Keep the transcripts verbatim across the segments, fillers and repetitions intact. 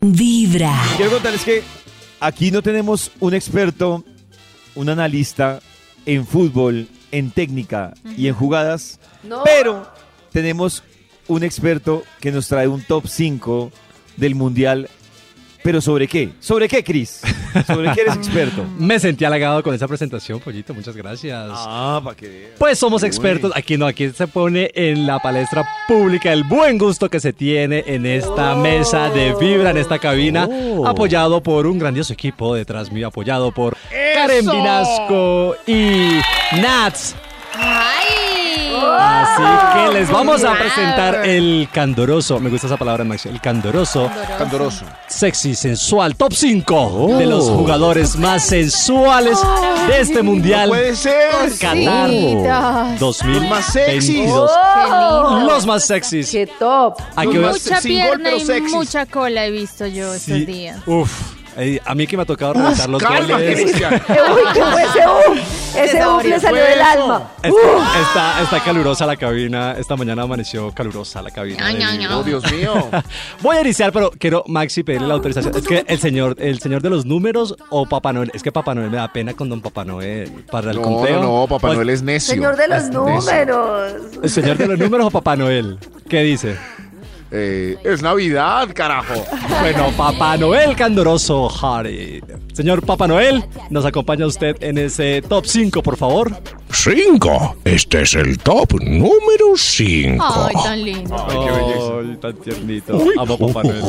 Vibra. Quiero contarles que aquí no tenemos un experto, un analista en fútbol, en técnica uh-huh. y en jugadas, no. pero tenemos un experto que nos trae un top cinco del Mundial. ¿Pero sobre qué? ¿Sobre qué, Cris? ¿Sobre qué eres experto? Me sentí halagado con esa presentación, Pollito. Muchas gracias. Ah, para que veas. Pues somos expertos. Aquí no, aquí se pone en la palestra pública el buen gusto que se tiene en esta oh. mesa de Vibra, en esta cabina, oh. apoyado por un grandioso equipo detrás mío, apoyado por ¡Eso! Karen Vinasco y Nats. ¡Ay! Así que les vamos a presentar el candoroso, me gusta esa palabra, Maxi, el candoroso, candoroso, sexy, sensual, top cinco oh. de los jugadores más sensuales oh. de este Mundial. No puede ser. Qatar oh. dos mil más veintidós. Oh. Los más sexys. ¡Qué top! Aquí mucha pierna gol, y sexys. Mucha cola he visto yo sí. estos días. Uf. A mí que me ha tocado revisar los goles. Uy, ¿qué fue ese uf? Ese uf le salió del alma. Está, está, está calurosa la cabina. Esta mañana amaneció calurosa la cabina. Ay, ay, ay. Oh, Dios mío. Voy a iniciar, pero quiero, Maxi, pedirle la autorización. Es que el señor, el señor de los números o Papá Noel. Es que Papá Noel me da pena con don Papá Noel. Para el no, conteo. No, no, Papá pues, Noel es necio. Señor de los es números. Necio. ¿El señor de los números o Papá Noel? ¿Qué dice? Eh, es Navidad, carajo. Bueno, Papá Noel candoroso, Harry. Señor Papá Noel, ¿nos acompaña usted en ese top cinco, por favor? cinco. Este es el top número cinco. Ay, tan lindo. Ay, qué belleza. Ay, tan tiernito. Amo Papá Noel.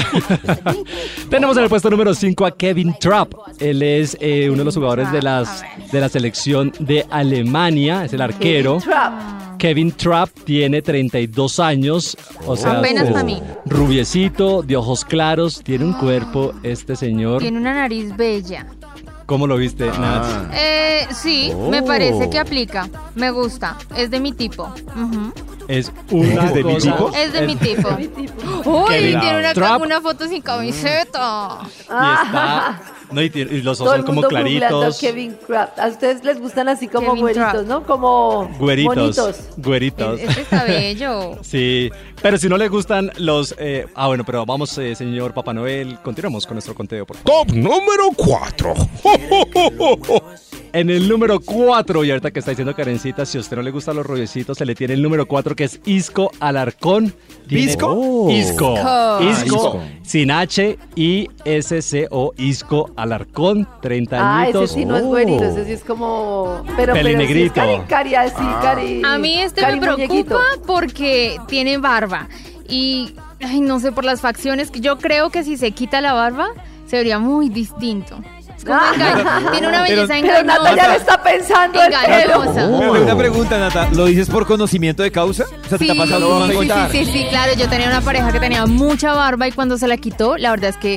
Tenemos en el puesto número cinco a Kevin Trapp. Él es eh, uno de los jugadores de, las, de la selección de Alemania. Es el arquero. Kevin Trapp. Kevin Trapp tiene treinta y dos años, o sea, apenas para mí. Rubiecito, de ojos claros, tiene un cuerpo, este señor. Tiene una nariz bella. ¿Cómo lo viste, ah. Nats? Eh, sí, oh. me parece que aplica. Me gusta, es de mi tipo. Uh-huh. Es una ¿Es de mi tipo? Es de mi tipo. Uy, Kevin tiene una, Trapp. una foto sin camiseta. Y está... No, y, tiene, y los ojos son como claritos. Kevin Trapp. A ustedes les gustan así como Kevin güeritos, Trapp. ¿no? Como güeritos. bonitos. Güeritos. Este está bello. Sí, pero si no les gustan los... Eh, ah, bueno, pero vamos, eh, señor Papá Noel, continuamos con nuestro conteo, por favor. Top número cuatro. En el número cuatro, y ahorita que está diciendo Karencita, si a usted no le gustan los rubiecitos, se le tiene el número cuatro, que es Isco Alarcón. ¿Isco? Oh. Isco. Isco. Isco. Sin H, I S C O, Isco Alarcón, treinta añitos. Ah, ese sí no es güerito, ese sí es como... Pero, pero Pelinegrito. sí es cari, cari, así, Ah. cari, A mí este cari me preocupa muñequito. porque tiene barba. Y, ay, no sé, por las facciones, yo creo que si se quita la barba, se vería muy distinto. Es como engaño. Tiene una Pero- belleza Pero Nata ya engañosa. le está pensando el pelo. Engañosa. Pero una pregunta, Nata, ¿lo dices por conocimiento de causa? O sea, ¿te Sí, ha pasado un sí, contar? sí, sí, sí, claro, yo tenía una pareja que tenía mucha barba y cuando se la quitó, la verdad es que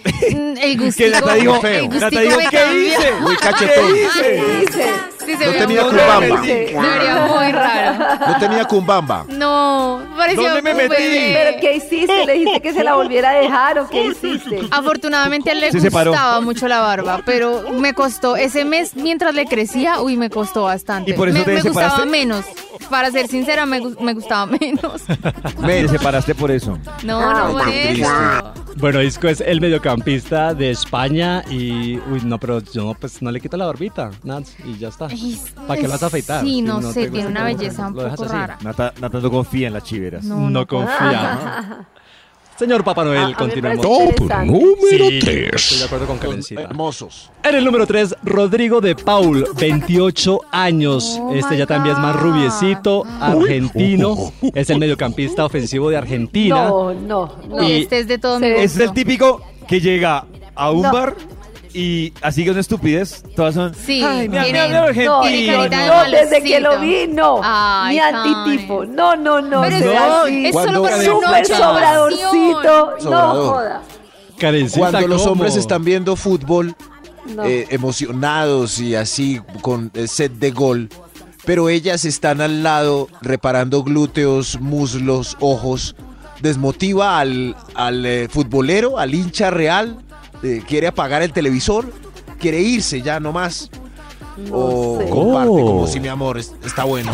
mm, el gustico, Que Nata dijo, el gustico Nata dijo, me ¿qué cambió. hice? Muy cachetón. ¿Qué dice? Sí, se No veía tenía muy cumbamba. raro. Se vería muy raro. No tenía cumbamba. No, parecía ¿Dónde me un metí? bebé. ¿Pero qué hiciste? ¿Le dijiste que se la volviera a dejar o qué hiciste? Afortunadamente a él le Se separó. gustaba mucho la barba, pero me costó, ese mes mientras le crecía, uy, me costó bastante. ¿Y por eso me, te me gustaba separaste? menos, para ser sincera, me, gu- me gustaba menos. Me te separaste por eso. No, Ah, no por qué eso. Bueno, Isco es el mediocampista de España y... Uy, no, pero yo pues no le quito la barbita, Nats, y ya está. Ay, ¿Para qué la vas a afeitar? Sí, Si no, no sé, te tiene gusta, una lo- belleza un lo dejas poco así. rara. Nata, Nata no confía en las chiveras. No, No, no. confía. Señor Papá A- a Noel, mí me continuemos. parece Top interesante. número Sí, estoy de tres. acuerdo con Karencita. Hermosos. En el número tres, Rodrigo de Paul, veintiocho años. Oh este my ya también es más God. rubiecito, argentino. Es el mediocampista ofensivo de Argentina. No, no, no. Uy, Y- este es de todo se- mi gusto. Es el típico que llega a un No. bar y así que una estupidez. Todas son. Sí, Ay, mira, tiene- mira, mira, No, Tiene argentino. carita de no, desde que lo malocito. vi, no. Ay, Mi Karen. antitipo. No, no, no. Pero se es, ve No, así. es Cuando- solo por una Súper noche de sobradorcito. No Sobrador. joda. Karencita, Cuando los ¿cómo? hombres están viendo fútbol No. eh, emocionados y así con eh, set de gol, pero ellas están al lado reparando glúteos, muslos, ojos, desmotiva al, al eh, futbolero, al hincha real, eh, quiere apagar el televisor, quiere irse ya no más. No o sé. comparte Oh. como si mi amor es- está bueno.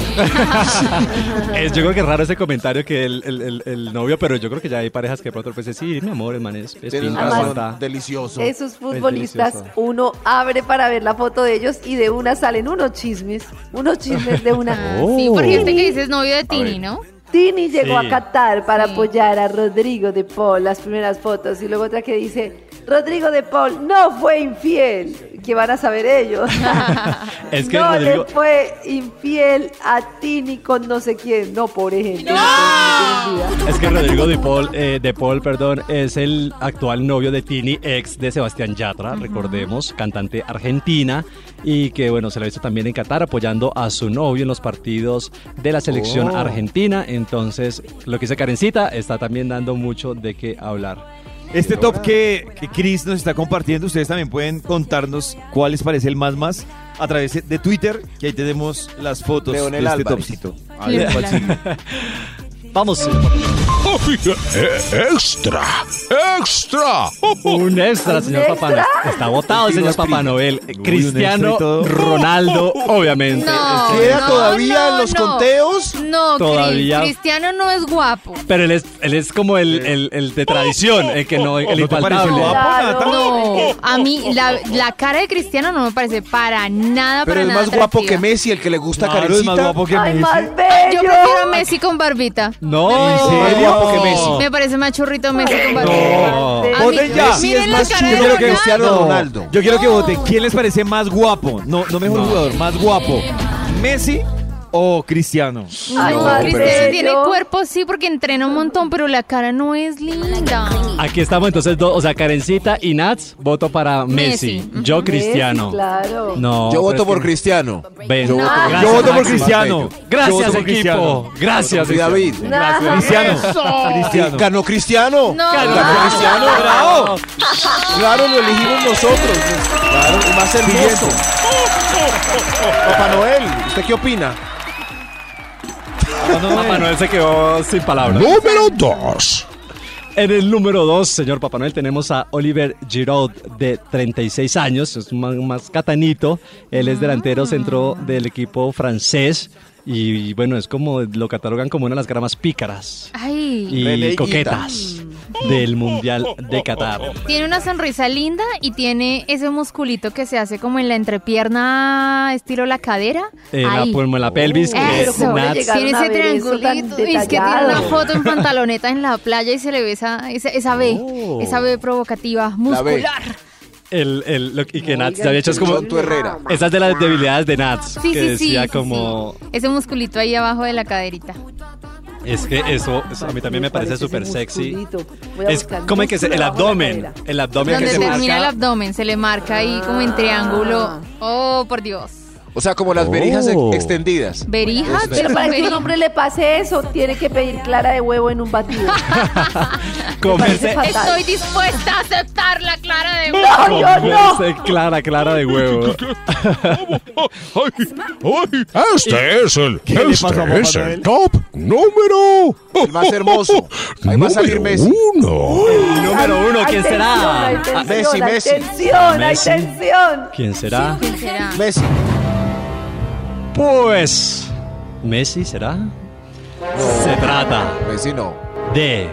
Es, yo creo que es raro ese comentario que el, el, el, el novio, pero yo creo que ya hay parejas que de pronto pues sí, mi amor, el man es, es Tienes pinta, razón, está. delicioso. Esos futbolistas, delicioso. uno abre para ver la foto de ellos y de una salen unos chismes, unos chismes de una. Oh. Sí, porque este que dice es novio de Tini, ¿no? Tini llegó Sí. a Qatar para Sí. apoyar a Rodrigo de Paul, las primeras fotos, y luego otra que dice, Rodrigo de Paul no fue infiel, que van a saber ellos. Es que no Rodrigo- le fue infiel a Tini con no sé quién, no, por ejemplo. Es que Rodrigo de Paul, eh, de Paul, perdón, es el actual novio de Tini, ex de Sebastián Yatra, recordemos, cantante argentina, y que bueno, se lo ha visto también en Qatar apoyando a su novio en los partidos de la selección Oh. argentina. Entonces, lo que dice Karencita está también dando mucho de qué hablar. Este top que, que Chris nos está compartiendo, ustedes también pueden contarnos cuál les parece el más más a través de Twitter, que ahí tenemos las fotos Leonel de este Álvarez. topcito. A ver, Leonel ¿cuál sigue? Vamos, Ay, eh, extra, extra. un extra, ¿Un señor extra? Papá Noel. Está votado el Tiro señor sprint. Papá Noel. Uy, un Cristiano extra y todo. Ronaldo, obviamente. No, Este- ¿Queda no, todavía no, en los no. conteos? No, Todavía. Cris, Cristiano no es guapo. Pero él es, él es como el, el, el de tradición, el que no, el ¿No te pareció infaltable. guapo, Claro. Nata? No, a mí la, la cara de Cristiano no me parece para nada, Pero para es nada más guapo que atractiva. Messi, el que le gusta Claro, es Karencita. más guapo que ¡Ay, Messi. más Yo bello! prefiero a Messi con barbita. No, Sí, más guapo que Messi. Me parece más churrito Messi con barbita. No. A mí- Voten ya. Messi es miren la más cara chulo de que quiero que- Cristiano Ronaldo. Ronaldo. Yo quiero que No. voten. ¿Quién les parece más guapo? No, no mejor No. jugador, más guapo. ¿Messi o Cristiano? Ay, No, más Cristiano bello. tiene cuerpo, sí, porque entrena un montón, pero la cara no es linda. Aquí estamos entonces, dos, o sea, Karencita y Nats, voto para Messi. Messi. Yo Messi, Cristiano. claro. No, Yo pero voto es por que- Cristiano. Ven, Yo voto por- gracias, Yo voto por Máximo. Cristiano. Yo Gracias, voto por equipo. Cristiano. Gracias, Y David. Gracias. Cristiano. Cristiano. ¿Ganó Cristiano? No. ¿Ganó Ah. Cristiano? ¡Bravo! Claro, lo elegimos nosotros. Claro, el más hermoso. Papá Noel, ¿usted qué opina? Papá Noel se quedó sin palabras. Número dos. En el número dos, señor Papá Noel, tenemos a Oliver Giroud, de treinta y seis años, es más, más catanito. Él es delantero centro del equipo francés y, bueno, es como, lo catalogan como una de las gramas pícaras Ay, y Reneguita. coquetas del Mundial de Qatar. tiene una sonrisa linda y tiene ese musculito que se hace como en la entrepierna, estilo la cadera. En la, Ahí. como en la pelvis, que Pero es ¿cómo le Nats. llegaron Tiene a ese ver eso tan triangulito. Y es que tiene detallado? una foto en pantaloneta en la playa y se le ve esa, esa, esa B, Oh. esa B provocativa, B. muscular. El, el, lo- y que Nats Oigan, ya había hecho es como... Tonto Herrera. Esas de las debilidades de Nats, Sí, que sí, sí, decía sí, como... sí. Ese musculito ahí abajo de la caderita. Es que eso, eso a mí también me parece ese súper sexy. musculito. Voy a Es buscar como que se- músculo el debajo de la abdomen, cadera. el abdomen que Donde se termina el marca. abdomen, se le marca ahí como en triángulo. Oh, por Dios. O sea, como las verijas ex- Oh. extendidas. ¿Verijas? Pero para que Veri- un hombre le pase eso, tiene que pedir clara de huevo en un batido. Comerse, fatal. Estoy dispuesta a aceptar la clara de No, yo no. comerse clara, clara de huevo. Ay, ay, este es el, ¿Qué le este pasó a Papá es Noel? el top número. El más hermoso. Ahí va a salir número Messi. uno. Número uno, Hay ¿quién tensión, será? Hay Ah, tensión, Messi, hay Messi. tensión, hay Messi. tensión. ¿Quién será? ¿Quién será? Messi. Pues... ¿Messi será? Se trata Messi no. de...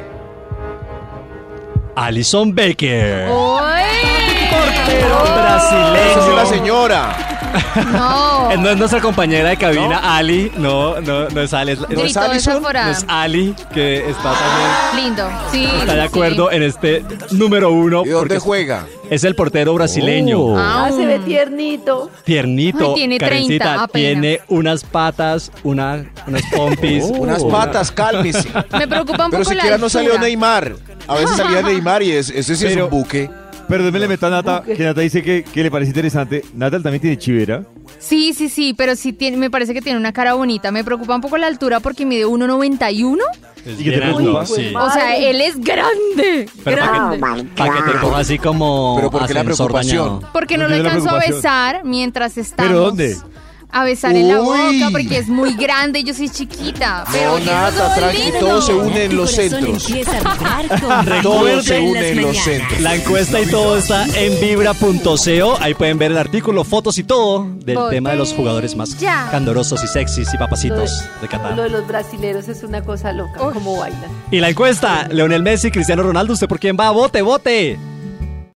Alison Becker. ¡Uy! Portero Esa brasileño. es una señora. No. Eh, No es nuestra compañera de cabina, Ali. No, no, no es Ali. Es, ¿No es Grito Alisson? desaforado. no es Ali, que está también... Lindo. Sí. Está de sí, acuerdo sí. en este número uno. ¿Y dónde porque juega? es el portero brasileño. Ah, Ah, se ve tiernito. Tiernito. Ay, tiene Karencita, treinta apenas. tiene unas patas, una, unas pompis. Unas una- patas, cálmese. Me preocupa un Pero poco la siquiera no salió altura. Neymar. A veces salía Neymar y es- ese sí es Pero- un buque. Pero déjeme le meto a Nata, que Nata dice que, que le parece interesante. Nata también tiene chivera. Sí, sí, sí, pero sí tiene, me parece que tiene una cara bonita. Me preocupa un poco la altura porque mide uno noventa y uno. Es ¿Y qué te bien preocupa? alto, sí. Uy, O sea, él es grande. Pero grande. para que, para que te coja así como Pero ¿por qué la ascensor preocupación? dañado. Porque no No lo tiene la alcanzó a preocupación. besar mientras estamos. ¿Pero dónde? a besar en la Uy. boca porque es muy grande y yo soy chiquita. Pero No, eso nada, es tranqui, lindo. todo se une en Tu los corazón centros. empieza a vibrar con Todo Vibra se en une las en los mañanas. centros. La encuesta y todo está en vibra punto co. Ahí pueden ver el artículo, fotos y todo del Botella. tema de los jugadores más candorosos y sexys y papacitos de Lo Qatar. de los brasileros es una cosa loca, Uf. como bailan. Y la encuesta, Leonel Messi, Cristiano Ronaldo, ¿usted por quién va? ¡Vote, vote!